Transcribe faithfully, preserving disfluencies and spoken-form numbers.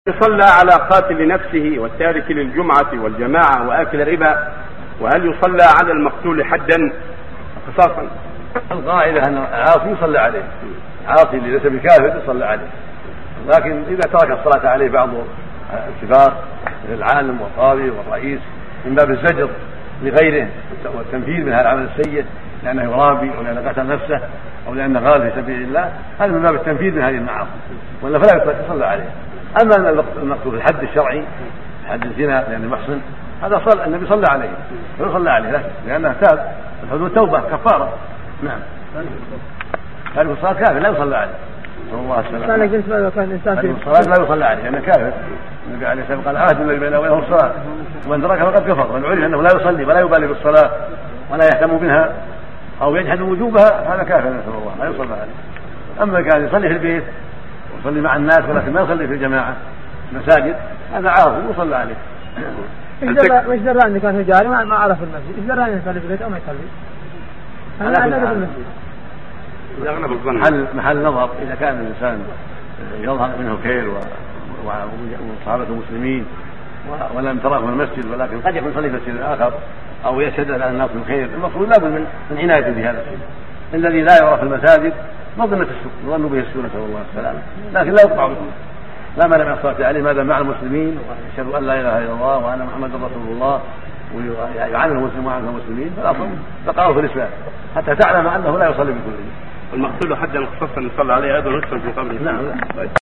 يصلى على قاتل نفسه والتارك للجمعة والجماعة وآكل الربا، وهل يصلى على المقتول حدا قصاصا؟ القاعدة أن العاصي يصلى عليه، عاصي اللي ليس بكافر يصلى عليه، لكن إذا ترك الصلاة عليه بعض الكبار مثل العالم والقاضي والرئيس من باب الزجر لغيره والتنفيذ من هذا العمل السيء لأنه يرابي أو لأنه قتل نفسه أو لأنه غال في سبيل الله، هذا من باب التنفيذ من هذه المعاصي، ولا فلا يصلى عليه. أما المقتول الحد الشرعي حد الزنا لأنه محصن، هذا صلى النبي صلى عليه ويصلى عليه لأنه تاب، الحدود توبة كفارة. نعم، هذه الصلاة كافر لا يصلى عليه. الله السلام. أنا قلت لو كان الإنسان في الصلاة لا يصلى عليه لأنه كافر. النبي عليه الصلاة والسلام قال عهد الذي بينه وبينه الصلاة ومن تركها فقد كفر، من عرف أنه لا يصلي ولا يبالي بالصلاة ولا يهتم بها أو يجحد وجوبها هذا كافر نسأل الله لا يصلى عليه. أما كان يصلي في البيت ويصلي مع الناس ولكن ما يصلي في الجماعة مساجد هذا عاصي يصلى عليه. ايش درى انه كان في جاري ما عرف المسجد، ايش درى انه يصلي في البيت او ما يصلي؟ انا انا في المسجد محل محل نظر اذا كان الانسان يظهر منه خير وصحابه المسلمين ولم تراه في المسجد، ولكن قد يكون يصلي في مسجد اخر او يشهد على الناس من خير، المفروض لابد من من عنايه بهذا الشيء. الذي لا يرى في المساجد مظنة السوء يظن به السوء نسأل الله السلامة، لكن لا يقطع بكم لا مانع من الصلاة عليه ماذا مع المسلمين ويشهد أن لا إله إلا الله وأن محمد رسول الله ويعامل المسلمين ويعامل المسلمين، فالأصل بقاؤه في الإسلام حتى تعلم أنه لا يصلي بكل. المقتول حدا خصوصا يصلى عليه أيضا يدخل في قبره. نعم.